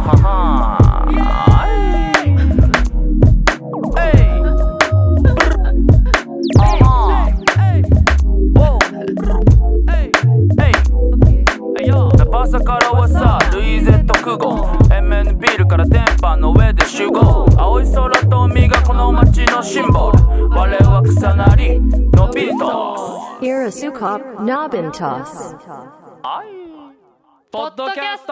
朝からはさ、ルイゼット空港 MN ビールから電波の上で集合。青い空と海がこの街のシンボル。我は草なりのビートス。 Irasukop Nobintos。 ポッドキャスト。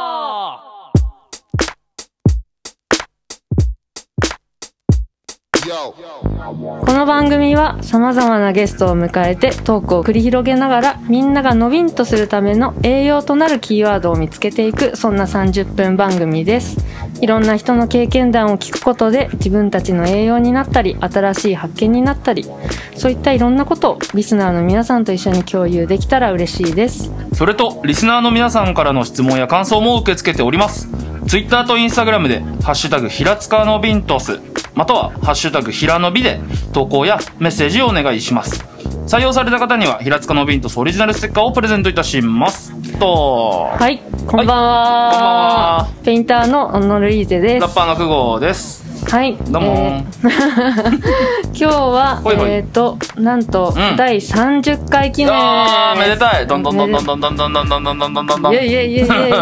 この番組は様々なゲストを迎えてトークを繰り広げながらみんながのびんとするための栄養となるキーワードを見つけていく、そんな30分番組です。いろんな人の経験談を聞くことで自分たちの栄養になったり新しい発見になったり、そういったいろんなことをリスナーの皆さんと一緒に共有できたら嬉しいです。 それとリスナーの皆さんからの質問や感想も受け付けております。ツイッターとインスタグラムでハッシュタグ平塚のビントスまたはハッシュタグひらのびで投稿やメッセージをお願いします。採用された方には平塚のビントスオリジナルステッカーをプレゼントいたしますと。 はい、こんばんは、 こんばんは。 ペインターの小野ルイーゼです。 ラッパーの久保です。 はい、 どうも今日はほいほいなんと、第30回記念。 あーめでたい。どんどんどんどんどんどんどんどんどんどんどんどんどんどん。 いやいやいやいやいや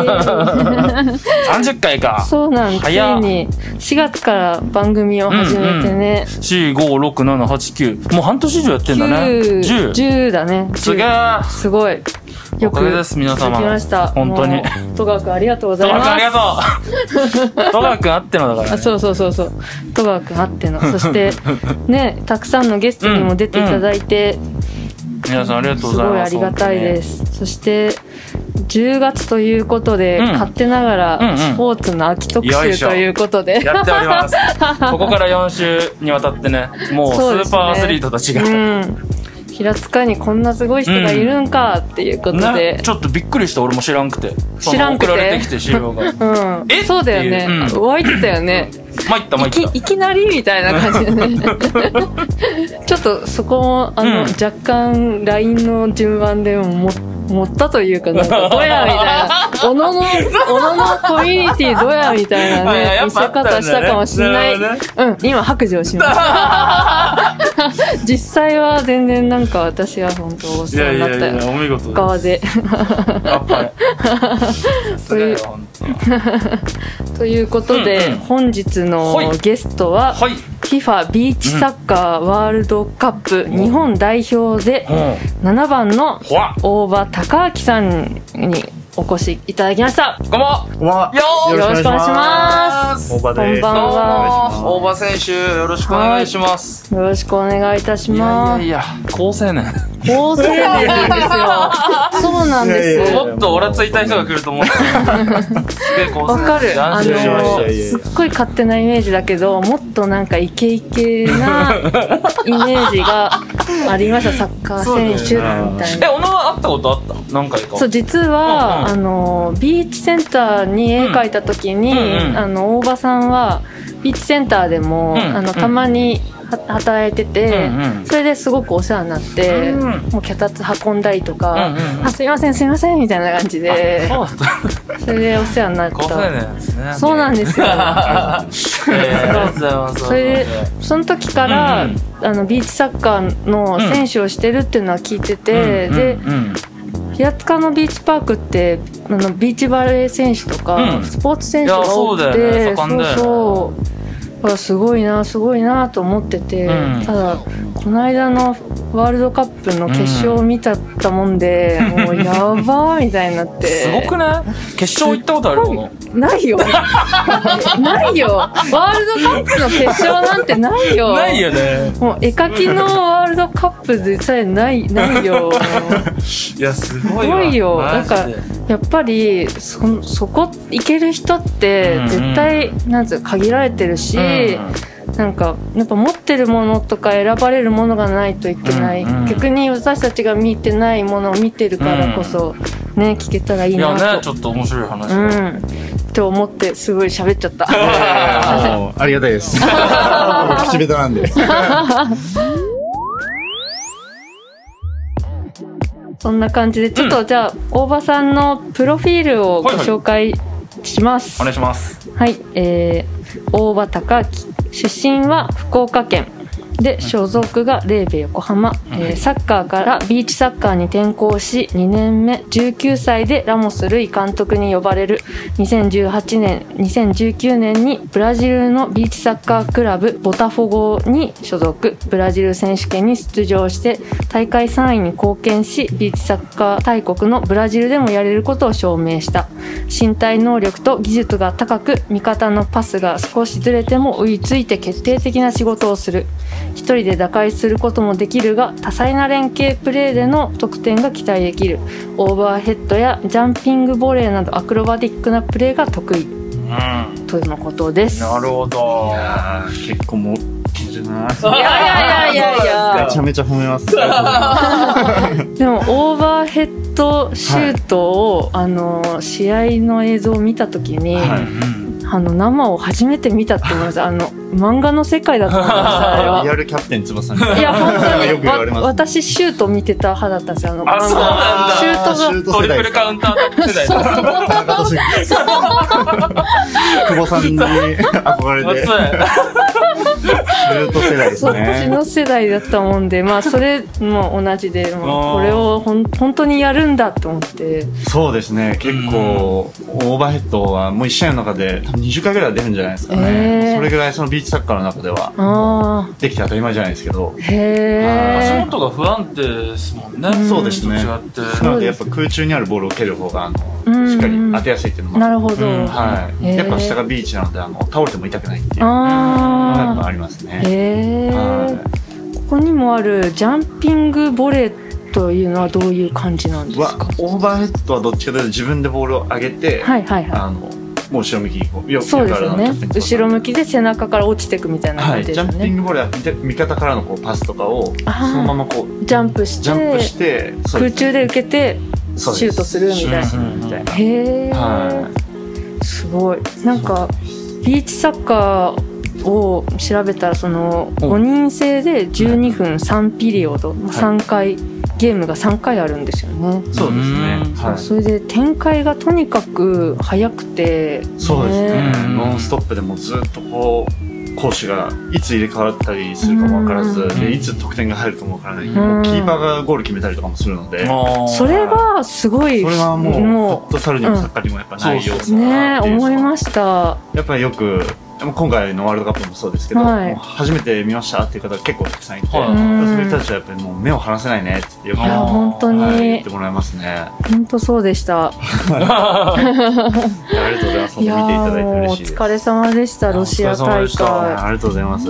30回か。 そうなんです。ついに4月から番組を始めてね、 4、5、6、7、8、9もう半年以上やってんだね。 10だね。 すげー。 すごいよくおかげです皆様。 続きました。 本当に戸川くんありがとうございます。 戸川くんありがとう。戸川くんあってのだからね。 あ、そうそうそうそう、戸川くんあっての。そしてね、たくさんのゲストにも出ていただいて、 皆さんありがとうございます。 すごいありがたいです。そして10月ということで、勝手ながらスポーツの秋特集ということでやっております。ここから4週にわたってね、もうスーパーアスリートたちが、 平塚にこんなすごい人がいるんかっていうことで、 ね、ちょっとびっくりした。俺も知らんくて送られてきて資料がえそうだよね、湧いてたよね。 参ったいきなりみたいな感じでねちょっとそこも若干 LINE の順番でも持ったというか、なんかどやみたいな小野のコミュニティどやみたいなね見せ方したかもしれない。今白状しました実際は全然なんか私は本当お世話になったよ。 お見事側でということで、本日のゲストは、FIFA ビーチサッカーワールドカップ日本代表で7番の大場孝明さんにお越しいただきました。 こんばんは。 よろしくお願いします。 大場です。 こんばんは。 大場選手よろしくお願いします。 よろしくお願いいたします。 いや高青年ですよそうなんですよ。 もっとオラついた人が来ると思ったすげえ高青年。 わかる。すっごい勝手なイメージだけど、もっとなんかイケイケなイメージがありました。サッカー選手みたいな。 小野は会ったことあった？何回か。 そう、実はビーチセンターに絵描いた時に、大場さんはビーチセンターでも、たまに働いてて、それですごくお世話になって、もう脚立運んだりとか、すいませんすいませんみたいな感じで、それでお世話になった。そうなんですよそれでその時から、ビーチサッカーの選手をしてるっていうのは聞いてて、で平塚のビーチパークってビーチバレー選手とか、スポーツ選手が多くて、そうすごいなと思ってて、ただこの間のワールドカップの決勝を見たもんで、もうやばーみたいになってすごくない？決勝行ったことあるの？ ないよないよ。ワールドカップの決勝なんてないよ。 ないよね。 もう絵描きのワールドカップでさえないよいやすごいよ。なんかやっぱりそこ行ける人って絶対なんつう限られてるし、なんかやっぱ持ってるものとか選ばれるものがないといけない、逆に私たちが見てないものを見てるからこそね、聞けたらいいなと。 いやね、ちょっと面白い話と思ってすごい喋っちゃったありがたいです口下手なんでそんな感じでちょっとじゃあ大場さんのプロフィールをご紹介します。 お願いします。 はい、大場隆明、出身は福岡県で、所属がレーベ横浜、サッカーからビーチサッカーに転向し、2年目19歳でラモス・ルイ監督に呼ばれる。2018年2019年にブラジルのビーチサッカークラブボタフォゴに所属。ブラジル選手権に出場して大会3位に貢献し、ビーチサッカー大国のブラジルでもやれることを証明した。身体能力と技術が高く、味方のパスが少しずれても追いついて決定的な仕事をする。一人で打開することもできるが、多彩な連携プレーでの得点が期待できる。オーバーヘッドやジャンピングボレーなどアクロバティックなプレーが得意、というのことです。 なるほど。 結構もうじゃない。 いやめちゃめちゃ褒めます。 でもオーバーヘッドシュートを、試合の映像を見たときに、生を初めて見たって思います。漫画の世界だと思いました。あれはリアルキャプテン翼みたいな。 いや本当によく言われます、ね。 私シュート見てた派だったんですよ。 そうなんだ。 シュートがトリプルカウンター世代。 久保さんに憧れて。シュート世代ですね。 私の世代だったもんで、それも同じで、これを本当にやるんだと思って。 そうですね。結構オーバーヘッドはもう1試合の中で多分20回ぐらいは出るんじゃないですかね。それぐらいそのビーチサッカーの中ではできて当たり前じゃないですけど。 足元が不安定ですもんね。 そうですね。なのでやっぱ空中にあるボールを蹴る方がしっかり当てやすいっていうのも。 なるほど。 はい。やっぱ下がビーチなので倒れても痛くないっていうのがありますね。 ここにもあるジャンピングボレーというのはどういう感じなんですか？ オーバーヘッドはどっちかというと自分でボールを上げて、もう後ろ向きにこう、 そうですよね。後ろ向きで背中から落ちていくみたいな感じですね。 ジャンピングボールは味方からのこうパスとかをそのままこうジャンプして空中で受けてシュートするみたいな。へー、すごい。なんかビーチサッカーを調べたら、その5人制で12分3ピリオド、3回ゲームが3回あるんですよね。 そうですね。 それで展開がとにかく速くて、 そうですね。ノンストップでもずっとこう攻守がいつ入れ替わったりするかも分からず、でいつ得点が入るかも分からない。もうキーパーがゴール決めたりとかもするので、 それがすごい。 それはもうフットサルにもサッカーにもやっぱない要素だなっていう。 思いました。 やっぱりよく今回のワールドカップもそうですけど、初めて見ましたっていう方が結構たくさんいて、そういう人たちはやっぱりもう目を離せないねってよく本当に言ってもらいますね。 本当そうでした。 ありがとうございます。見ていただいて嬉しいです。 お疲れ様でした。ロシア大会ありがとうございます。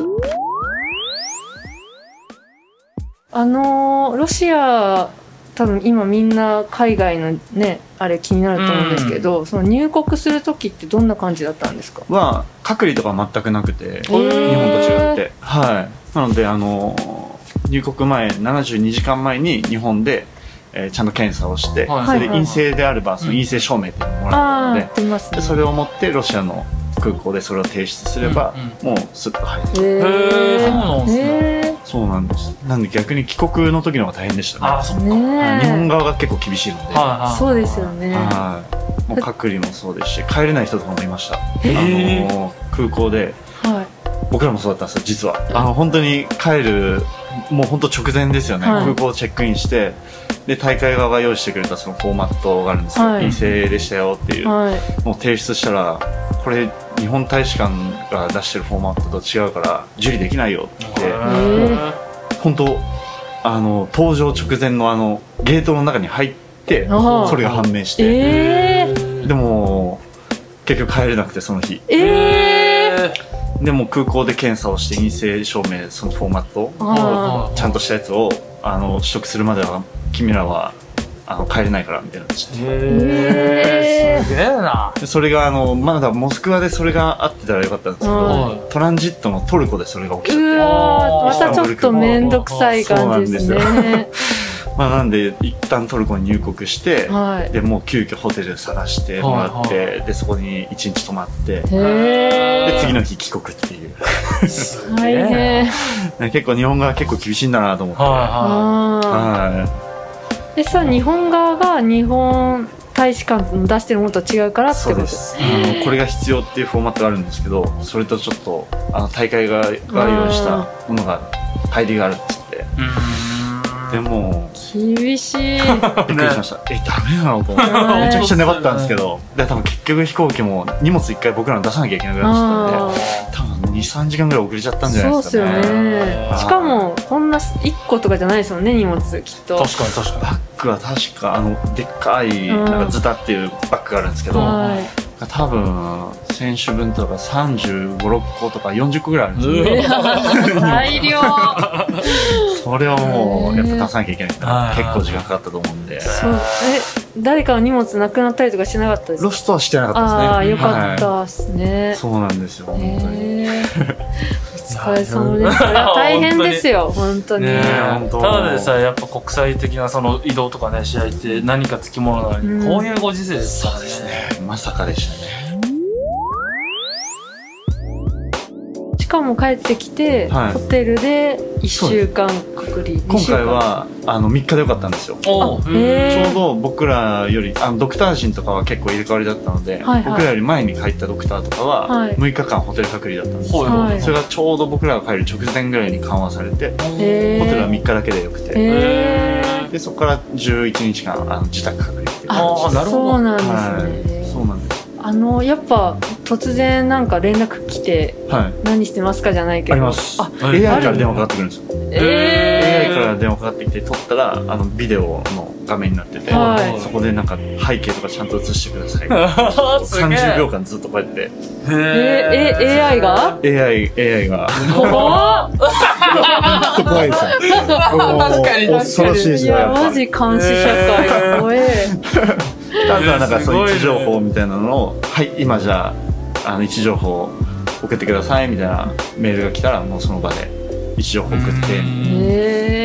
ロシア多分今みんな海外のねあれ気になると思うんですけど、その入国する時ってどんな感じだったんですか？ 隔離とか全くなくて、日本と違って、なので入国前72時間前に日本で、ちゃんと検査をして、それで陰性であればその陰性証明っていうのをもらえるので、でそれを持ってロシアの空港でそれを提出すれば、もうスッと入ってる。そうなんです。なんで逆に帰国の時の方が大変でしたね。日本側が結構厳しいので。 そうですよね。 もう隔離もそうですし、帰れない人とかもいました。空港で、僕らもそうだったんですよ実は。本当に帰るもう本当直前ですよね。空港チェックインして、で大会側が用意してくれたそのフォーマットがあるんですよ。陰性でしたよっていう。もう提出したら、これ日本大使館が出してるフォーマットと違うから受理できないよって言って、本当搭乗直前のゲートの中に入ってそれが判明して、でも結局帰れなくてその日。でも空港で検査をして陰性証明そのフォーマットちゃんとしたやつを取得するまでは君らは帰れないからみたいな。すげえな。 それがまだモスクワでそれがあってたらよかったんですけど、トランジットのトルコでそれが起きちゃって、 またちょっと面倒くさい感じですね。 なんで一旦トルコに入国して、でもう急遽ホテル探してもらって、でそこに1日泊まって、で次の日帰国っていう。 大変。 結構日本側結構厳しいんだなと思って。 でさ、日本側が日本大使館の出してるものと違うからってことですこれが必要っていうフォーマットがあるんですけど、それとちょっと大会が用意したものが乖離があるっつって、でも厳しいびっくりしました。ダメなのと思ってめちゃくちゃ粘ったんですけど、で多分結局飛行機も荷物1回僕らの出さなきゃいけなくなっちゃったんで、多分 2,3 時間ぐらい遅れちゃったんじゃないですかね。 そうですよね。しかもこんな1個とかじゃないですもんね、荷物きっと。 確かに確かに。 バッグは確かでっかいなんかズタっていうバッグがあるんですけど、多分選手分とか35、6個とか40個ぐらいあるんですよ。 大量。 それはもうやっぱ出さなきゃいけないから結構時間かかったと思うんで。 誰かの荷物なくなったりとかしなかったですか？ ロストはしてなかったですね。 ああ、よかったですね。 そうなんですよ。本当に。 お疲れ様です。それは大変ですよ、本当に。 ただでさえやっぱ国際的なその移動とかね、試合って何かつきものなのに、こういうご時世ですからね。そうですね。 まさかでしたね。 しかも帰ってきて、ホテルで1週間隔離。 今回は3日でよかったんですよ。ちょうど僕らよりドクター陣とかは結構入れ替わりだったので、僕らより前に帰ったドクターとかは6日間ホテル隔離だったんですよ。それがちょうど僕らが帰る直前ぐらいに緩和されて、ホテルは3日だけでよくて、でそこから11日間自宅隔離っていう感じです。 そうなんですね。 そうなんです。 やっぱ突然なんか連絡来て、何してますかじゃないけど、 あります。AI から電話かかってくるんですよ。AI から電話かかってきて撮ったらビデオの画面になってて、そこでなんか背景とかちゃんと映してください。30秒間ずっとこうやって。 AI が AI が怖っ。 怖いですよ。 確かに恐ろしいですよ。 マジ監視社会が怖え。 ただなんかそういう位置情報みたいなのを、はい今じゃあ位置情報を送ってくださいみたいなメールが来たらもうその場で位置情報送って、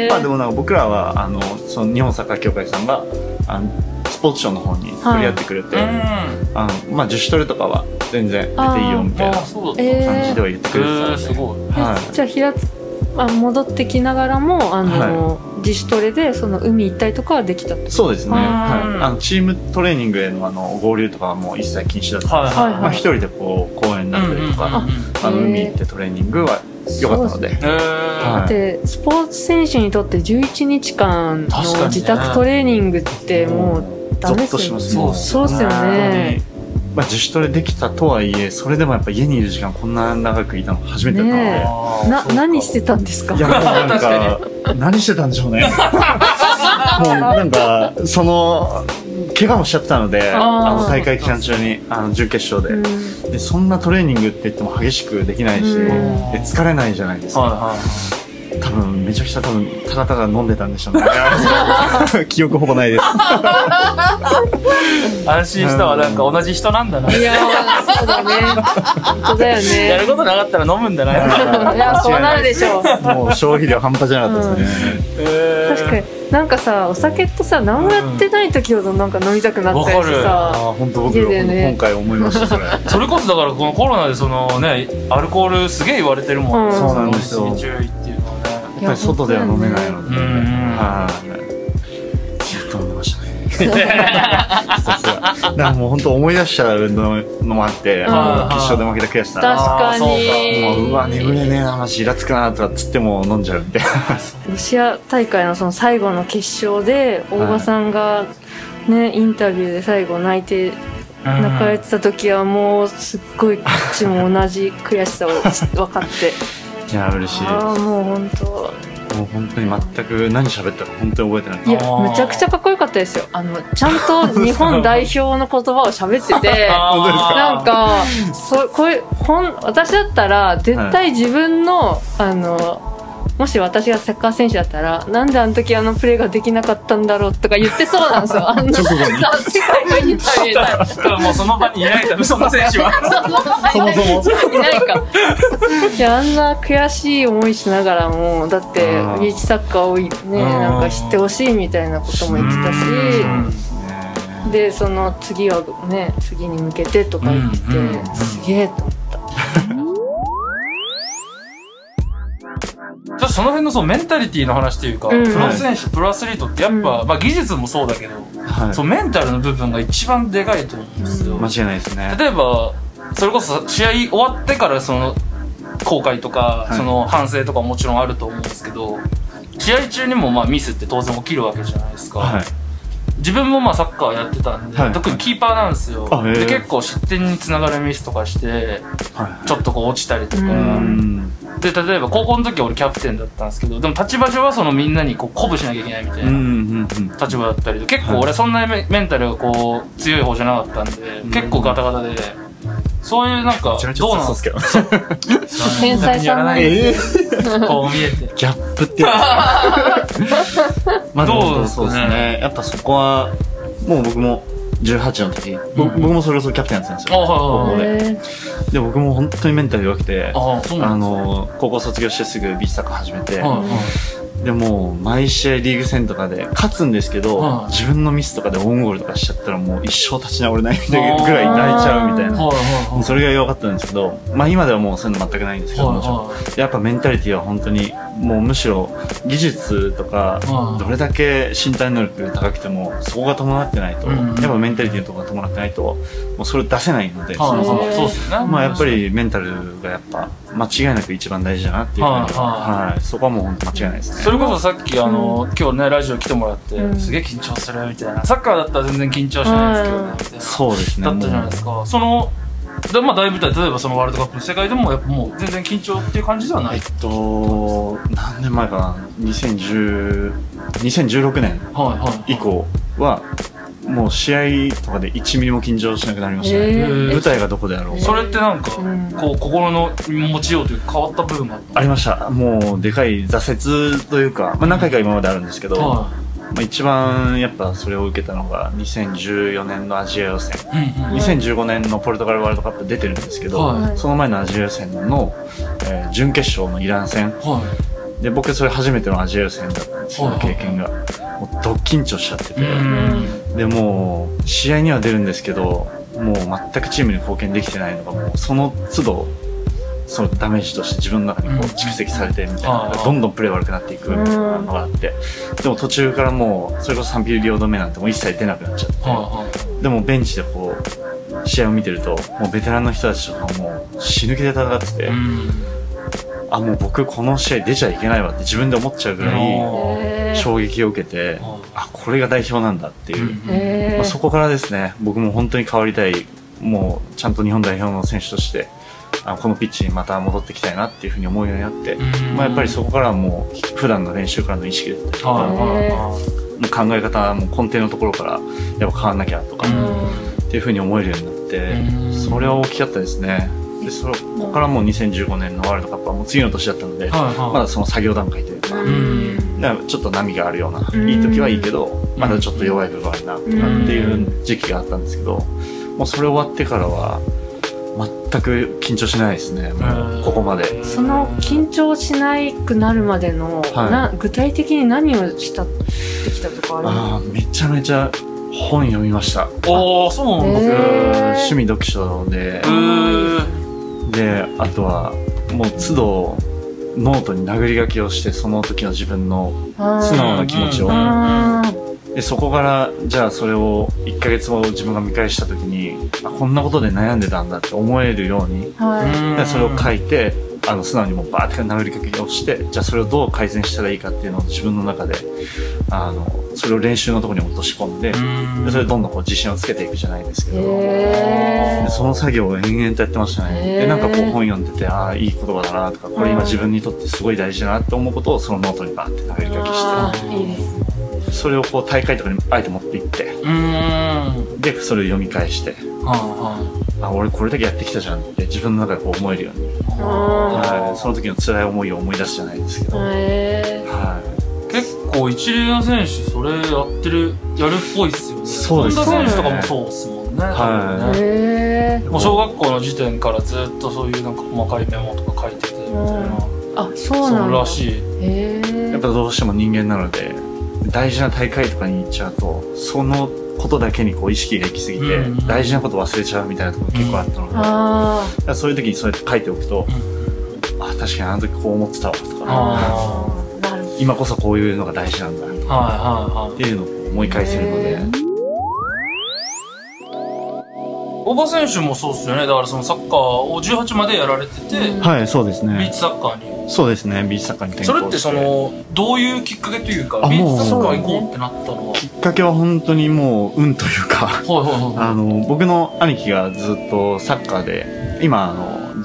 まあでもなんか僕らはその日本サッカー協会さんがスポーツ庁の方に取り合ってくれて、まあ自主トレとかは全然出ていいよみたいな感じでは言ってくれてたので、 じゃあ平津戻ってきながらも自主トレでその海行ったりとかはできたって。 そうですね。チームトレーニングへの合流とかはもう一切禁止だったんですけど、まあ一人でこう公園だったりとか海行ってトレーニングは良かったので。 だってスポーツ選手にとって11日間の自宅トレーニングってもうダメですよね。そうですよね。 まあ自主トレできたとはいえ、それでもやっぱ家にいる時間こんな長くいたの初めてだったので。 何してたんですか？ いやもうなんか何してたんでしょうね。もうなんか怪我もしちゃってたので、大会期間中に準決勝で、そんなトレーニングって言っても激しくできないし、疲れないじゃないですか。多分めちゃくちゃただただ飲んでたんでしょうね。記憶ほぼないです。 安心したわ。なんか同じ人なんだな。 いやそうだね。本当だよね。 やることなかったら飲むんだな。 いやそうなるでしょう。 もう消費量半端じゃなかったですね。 確かになんかさ、お酒ってさ何もやってない時ほどなんか飲みたくなったりしてさ。 本当僕今回思いました。 それこそだからこのコロナでそのねアルコールすげえ言われてるもん。 そうなんですよ。 注意っていうのはね。 やっぱり外では飲めないので、ずっと飲んでましたね。さすが。だからもう本当思い出しちゃうのもあって、決勝で負けた悔しさ。 確かに。 もううわ眠れねえな、マジイラつくなとかつっても飲んじゃうみたいな。 ロシア大会のその最後の決勝で大場さんがねインタビューで最後泣かれてた時はもうすっごいこっちも同じ悔しさを分かって。 いや嬉しいです。 もう本当に全く何喋ったか本当に覚えてない。 いやめちゃくちゃかっこよかったですよ。ちゃんと日本代表の言葉を喋っててなんかこういう私だったら絶対自分のもし私がサッカー選手だったらなんであの時プレーができなかったんだろうとか言ってそうなんですよ。世界が言ったみたいな。 もうその場にいないからその選手はそもそもいないか。いやあんな悔しい思いしながらもだってビーチサッカーをねなんか知ってほしいみたいなことも言ってたし、でその次はね次に向けてとか言ってすげえと思った。 そその辺のメンタリティの話っていうか、プロ選手、プロアスリートってやっぱ、まあ技術もそうだけど、そうメンタルの部分が一番でかいと思うんですよ。 間違いないですね。 例えばそれこそ試合終わってからその後悔とか、その反省とかもちろんあると思うんですけど、試合中にもまあミスって当然起きるわけじゃないですか。自分もまあサッカーやってたんで、特にキーパーなんですよ。で結構失点につながるミスとかして、ちょっとこう落ちたりとか。で例えば高校の時は俺キャプテンだったんですけど、でも立場上はそのみんなにこう鼓舞しなきゃいけないみたいな立場だったりで、結構俺そんなメンタルがこう強い方じゃなかったんで、結構ガタガタで、そういうなんかどうなんですか。 天才さんなんですこう見えてギャップってやつまあどうですね。やっぱそこはもう僕も18の時、僕もそれこそキャプテンやってたんですよ、高校で。で僕も本当にメンタル弱くて、高校卒業してすぐビーチサッカー始めて、でも毎試合リーグ戦とかで勝つんですけど、自分のミスとかでオウンゴールとかしちゃったらもう一生立ち直れないみたいなぐらい泣いちゃうみたいな、それが弱かったんですけど、まあ今ではもうそういうの全くないんですけど、もちろんやっぱメンタリティは本当にもうむしろ技術とかどれだけ身体能力が高くてもそこが伴ってないと、やっぱメンタリティのところが伴ってないともうそれ出せないので、まあやっぱりメンタルがやっぱ間違いなく一番大事だなっていう感じ、そこはもう本当間違いないですね。 それこそさっき今日ねラジオ来てもらってすげえ緊張するみたいな、サッカーだったら全然緊張しないですけどねみたいな、 そうですね、 だったじゃないですか。そのまあ大舞台、例えばそのワールドカップの世界でもやっぱもう全然緊張っていう感じではない。 何年前かな、2016年以降はもう試合とかで1ミリも緊張しなくなりましたね。舞台がどこであろう。それってなんかこう心の持ちようというか変わった部分がありました。もうでかい挫折というか、まあ何回か今まであるんですけど、まあ一番やっぱそれを受けたのが2014年のアジア予選、2015年のポルトガルワールドカップ出てるんですけど、その前のアジア予選の準決勝のイラン戦で、僕それ初めてのアジア予選だったんですよ、経験が。もうド緊張しちゃってて、でもう試合には出るんですけど、もう全くチームに貢献できてないのがもうその都度そのダメージとして自分の中にこう蓄積されてみたいな、どんどんプレー悪くなっていくみたいなのがあって、でも途中からもうそれこそ3ピリオド目なんてもう一切出なくなっちゃって、でもベンチでこう試合を見てるともうベテランの人たちとかもう死ぬ気で戦ってて、あ、もう僕この試合出ちゃいけないわって自分で思っちゃうぐらい衝撃を受けて、あ、これが代表なんだっていう、まあ、そこからですね、僕も本当に変わりたい、もうちゃんと日本代表の選手としてこのピッチにまた戻ってきたいなっていうふうに思うようになって、まあ、やっぱりそこからはもう普段の練習からの意識だったりとか、考え方も根底のところからやっぱ変わんなきゃとかっていうふうに思えるようになって、それは大きかったですね。でここからもう2015年のワールドカップはもう次の年だったので、まだその作業段階というか、だからちょっと波があるような、いい時はいいけどまだちょっと弱い部分あるなとかっていう時期があったんですけど、もうそれ終わってからは全く緊張しないですね、もうここまで。その緊張しなくなるまでの、具体的に何をしたできたとかある？ めちゃめちゃ本読みました。 そうなんだ。 僕趣味読書で、あとはもう都度ノートに殴り書きをして、その時の自分の素直な気持ちを、でそこからじゃあそれを1ヶ月後自分が見返した時に、こんなことで悩んでたんだって思えるように、でそれを書いて素直にもうバーって殴り書きをして、じゃあそれをどう改善したらいいかっていうのを自分の中でそれを練習のところに落とし込んで、でそれでどんどんこう自信をつけていくじゃないですけど、でその作業を延々とやってましたね。でなんかこう本読んでて、いい言葉だなとか、これ今自分にとってすごい大事だなって思うことをそのノートにバーって殴り書きして、それをこう大会とかにあえて持っていって、でそれを読み返して、俺これだけやってきたじゃんって自分の中でこう思えるように、その時の辛い思いを思い出すじゃないですけど、 結構一流の選手それやるっぽいっすよね。 そうですね。 本田選手とかもそうっすもんね。もう小学校の時点からずっとそういうなんか細かいメモとか書いててみたいな。 そうなんだ。 らしい。 やっぱどうしても人間なので大事な大会とかに行っちゃうと、そのことだけにこう意識が行き過ぎて、大事なこと忘れちゃうみたいなところが結構あったので、そういう時にそうやって書いておくと、 確かにあの時こう思ってたわとか、 なるほど。 今こそこういうのが大事なんだっていうのを思い返せるので。 小場選手もそうですよね。だからそのサッカーを18までやられてて、 はい、そうですね。 ビーチサッカーに。 そうですね、ビーチサッカーに転向して。 それってそのどういうきっかけというか、ビーチサッカー行こうってなったのは。 きっかけは本当にもう運というか、僕の兄貴がずっとサッカーで、今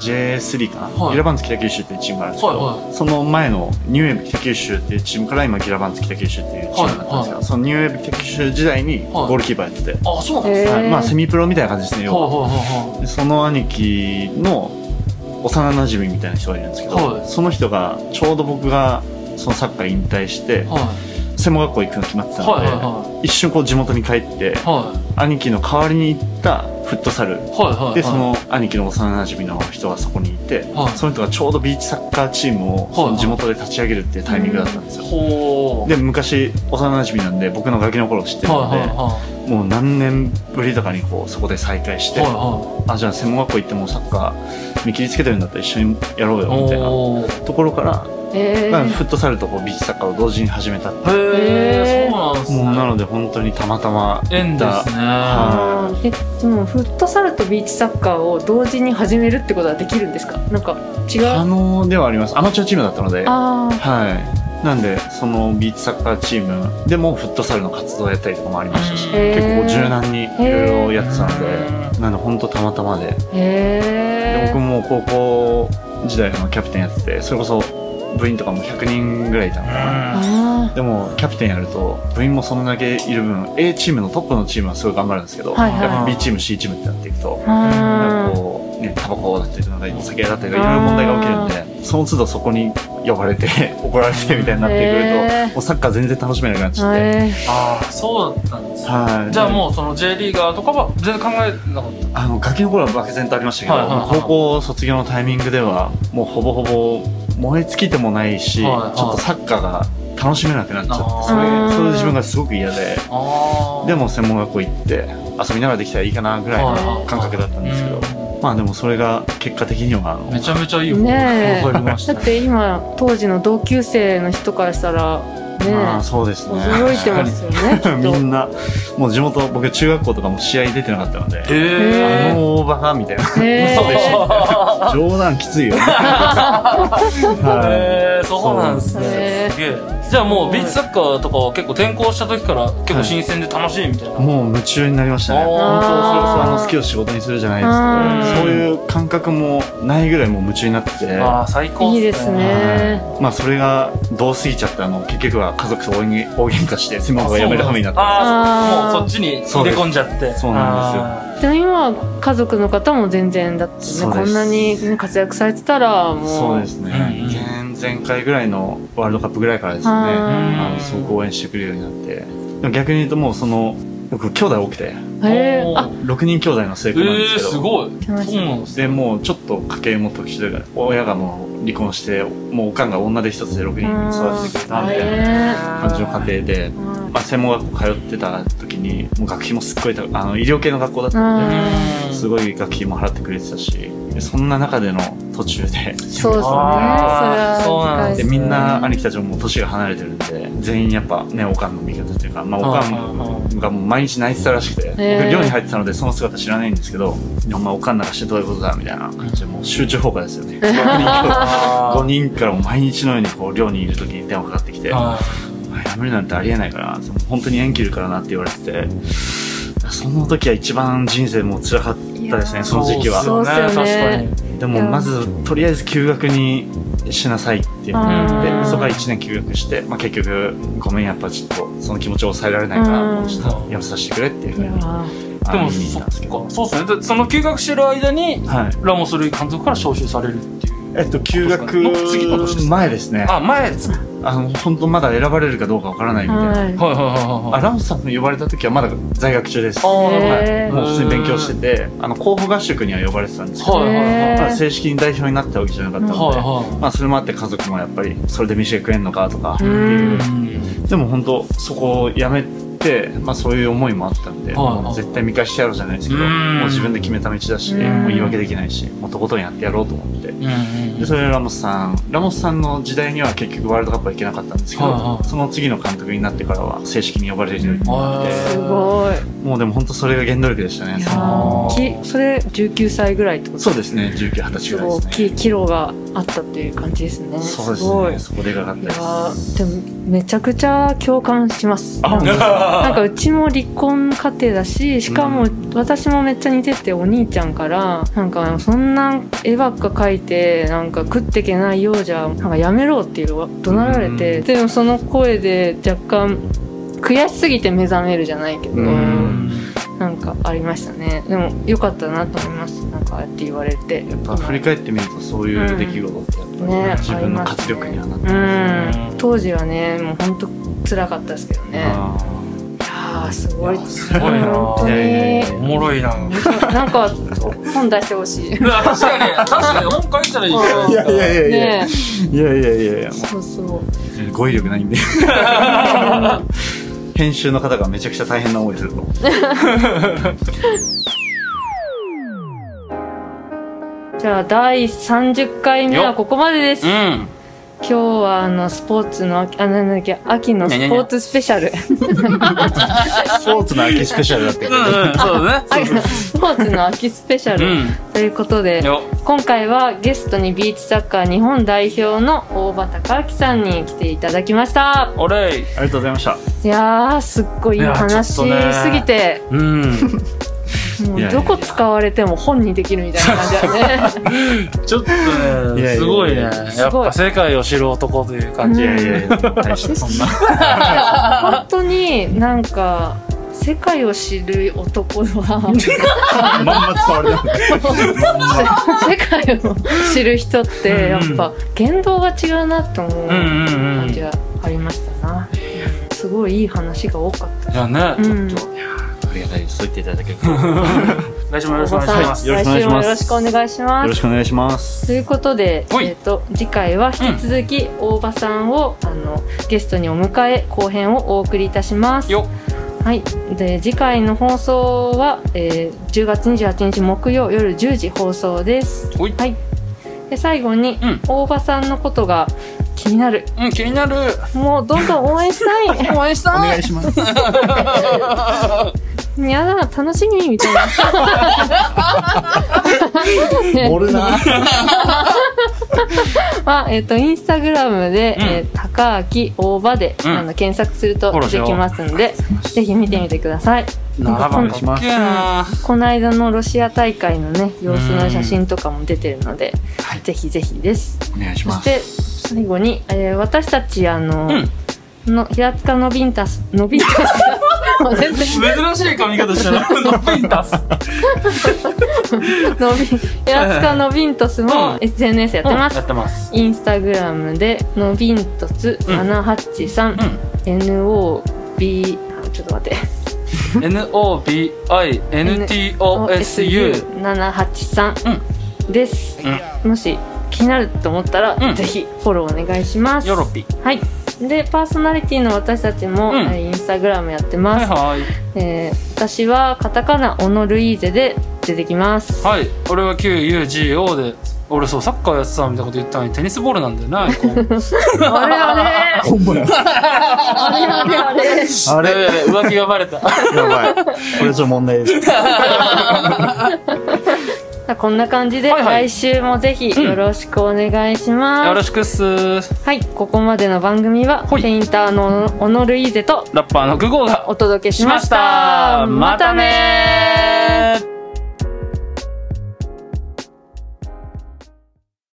J3 かな、ギラバンツ北九州っていうチームがあるんですけど、その前のニューウェーブ北九州っていうチームから今ギラバンツ北九州っていうチームだったんですけど、そのニューウェーブ北九州時代にゴールキーパーやってて、 あ、そうなんですね。 まあセミプロみたいな感じですね、要は。でその兄貴の幼馴染みたいな人がいるんですけど、その人がちょうど僕がそのサッカー引退して、専門学校行くの決まってたので、一瞬こう地元に帰って、兄貴の代わりに行ったフットサルで、その兄貴の幼馴染の人がそこにいて、その人がちょうどビーチサッカーチームをその地元で立ち上げるっていうタイミングだったんですよ。で昔幼馴染なんで僕のガキの頃知ってるので、もう何年ぶりとかにこうそこで再会して、じゃあ専門学校行ってもサッカー見切りつけてるんだったら一緒にやろうよみたいなところから、フットサルとこうビーチサッカーを同時に始めたって。そうなんですね。もうなので本当にたまたま縁ですね。 でもフットサルとビーチサッカーを同時に始めるってことはできるんですか？なんか違う？ 可能ではあります。アマチュアチームだったので、なんでそのビーチサッカーチームでもフットサルの活動をやったりとかもありましたし、結構柔軟にいろいろやってたので、なんで本当たまたまで。で僕も高校時代のキャプテンやってて、それこそ部員とかも100人ぐらいいたのかな。でもキャプテンやると部員もそんだけいる分 A チームのトップのチームはすごい頑張るんですけど、やっぱ B チーム C チームってなっていくと、なんかこうね、タバコだったりとかお酒だったりとかいろいろ問題が起きるんで、その都度そこに呼ばれて怒られてみたいになってくると、もうサッカー全然楽しめなくなっちゃって。 そうだったんですね。じゃあもうその J リーガーとかは全然考えなかった？ガキの頃は漠然とありましたけど、高校卒業のタイミングではもうほぼほぼ燃え尽きてもないし、ちょっとサッカーが楽しめなくなっちゃって、それで自分がすごく嫌で、でも専門学校行って遊びながらできたらいいかなぐらいの感覚だったんですけど、まあでもそれが結果的にはめちゃめちゃいい方法がありました。 だって今当時の同級生の人からしたらそうですね、 驚いてますよねみんなもう地元、僕中学校とかも試合出てなかったので、大バカみたいな、嘘でしょ冗談きついよね。 そうなんですね。すげえ。じゃあもうビーチサッカーとかは結構転校した時から結構新鮮で楽しいみたいな、 もう夢中になりましたね。本当それこそ好きを仕事にするじゃないですけど、そういう感覚もないぐらいもう夢中になってて、 最高いいですね。 まあそれがどう過ぎちゃって結局は家族と大喧嘩して専門学校辞める羽目になった。 もうそっちに入れ込んじゃって。 そうなんですよ。 でも今は家族の方も全然だってね、こんなに活躍されてたらもう。 そうですね、前回ぐらいのワールドカップぐらいからですね、すごく応援してくれるようになって。でも逆に言うともう僕兄弟多くて、6人兄弟の末っ子なんですけど、 すごい。 でもうちょっと家計も特殊で、親がもう離婚して、もうおかんが女で一つで6人育ててくれたみたいな感じの家庭で、専門学校通ってた時にもう学費もすっごい医療系の学校だったので、すごい学費も払ってくれてたし、そんな中での途中で、 そうですね、それはでみんな兄貴たちももう年が離れてるんで、全員やっぱね、おかんの味方というか、おかんがもう毎日泣いてたらしくて、僕寮に入ってたのでその姿知らないんですけど、お前おかんなんかしてどういうことだみたいな感じで、もう集中砲火ですよね。5人からも毎日のようにこう寮にいる時に電話かかってきて、辞めるなんてありえないから、本当に縁切るからなって言われてて、その時は一番人生も辛かったですね、その時期は。 そうですよね。 でもまずとりあえず休学にしなさいっていうのがあって、そこから1年休学して、結局ごめん、やっぱちょっとその気持ちを抑えられないから、もうちょっとやめさせてくれっていうふうに。 でもそうですね。その休学してる間にラモス・ルイ監督から招集されるっていう。 休学前ですね。 前ですね。 本当まだ選ばれるかどうかわからないみたいな。ラモスさんに呼ばれた時はまだ在学中です。もう普通に勉強してて、候補合宿には呼ばれてたんですけど、正式に代表になったわけじゃなかったので、それもあって家族もやっぱりそれで飯が食えんのかとかっていう。でも本当そこを辞めてて、まあそういう思いもあったんで、もう絶対見返してやろうじゃないですけど、もう自分で決めた道だし、もう言い訳できないし、もうとことんやってやろうと思って、でそれでラモスさんの時代には結局ワールドカップは行けなかったんですけど、その次の監督になってからは正式に呼ばれるようになって、 すごい。 もうでも本当それが原動力でしたね。 それ19歳ぐらいってこと？ そうですね、19、20歳ぐらいですね。 キロがあったっていう感じですね。 そうですね、そこでかかったです。 でもめちゃくちゃ共感します。なんかうちも離婚家庭だし、しかも私もめっちゃ似てて、お兄ちゃんからなんかそんな絵ばっか描いてなんか食ってけないようじゃなんかやめろっていう怒鳴られて、でもその声で若干悔しすぎて目覚めるじゃないけど、なんかありましたね。でも良かったなと思います。なんかああやって言われて、 やっぱ振り返ってみるとそういう出来事ってやっぱり、ね、自分の活力にはなってますね。 当時はね、もう本当辛かったですけどね。いやすごい、すごいな。本当におもろいな。 なんか本出してほしい。 確かに本書いたらいいじゃないですか。 いやそうそう。 語彙力ないんで。編集の方がめちゃくちゃ大変な思いすると。 じゃあ第30回目はここまでです。今日はスポーツのなんだっけ、秋のスポーツスペシャル。 スポーツの秋スペシャルだって。 そうだね。 スポーツの秋スペシャルということで、今回はゲストにビーチサッカー日本代表の大場孝明さんに来ていただきました。 おれい。 ありがとうございました。 いやー、すっごいいい話しすぎて、もうどこ使われても本にできるみたいな感じだね。 ちょっとね、すごいね。やっぱ世界を知る男という感じ。 大してそんな。 本当になんか世界を知る男はまんま使われてる。世界を知る人ってやっぱ言動が違うなと思う感じがありましたな。すごいいい話が多かった。 いやね、ちょっと。 ありがたいです。そう言っていただけると。 来週もよろしくお願いします。 来週もよろしくお願いします。 よろしくお願いします。 ということで、次回は引き続き大場さんをゲストにお迎え後編をお送りいたします。はい。で次回の放送は、10月28日木曜夜10時放送です。はい。で最後に、大場さんのことが気になる。 気になる。 もうどんどん応援したい。応援したい。 お願いします。 やだ、楽しみみたいな。 おるな。 インスタグラムで、高明大場で、検索すると出てきますんで、ぜひ見てみてください。 お願いします。 この間のロシア大会のね、様子の写真とかも出てるので、ぜひぜひです。 お願いします。 そして最後に、私たち平塚のビンタス珍しい髪型してる。ノビンタス。 平塚のビントスも SNS やってます。 やってます。 インスタグラムでのビントス783 NOB ちょっと待って。NOBINTOSU783 です。もし気になると思ったら、ぜひフォローお願いします。 よろぴ。 はい。でパーソナリティの私たちも、インスタグラムやってます。私はカタカナオノルイーゼで出てきます。 はい。俺は QUGO で、俺そうサッカーやってたみたいなこと言ったのにテニスボールなんだよな。あれあれ。 ほんまや。 あれ。 浮気がバレた。やばい。これちょっと問題です。 こんな感じで、来週もぜひよろしくお願いします。 よろしくっす。 はい、ここまでの番組はペインターのオノルイーゼとラッパーの久保がお届けしました。またねー。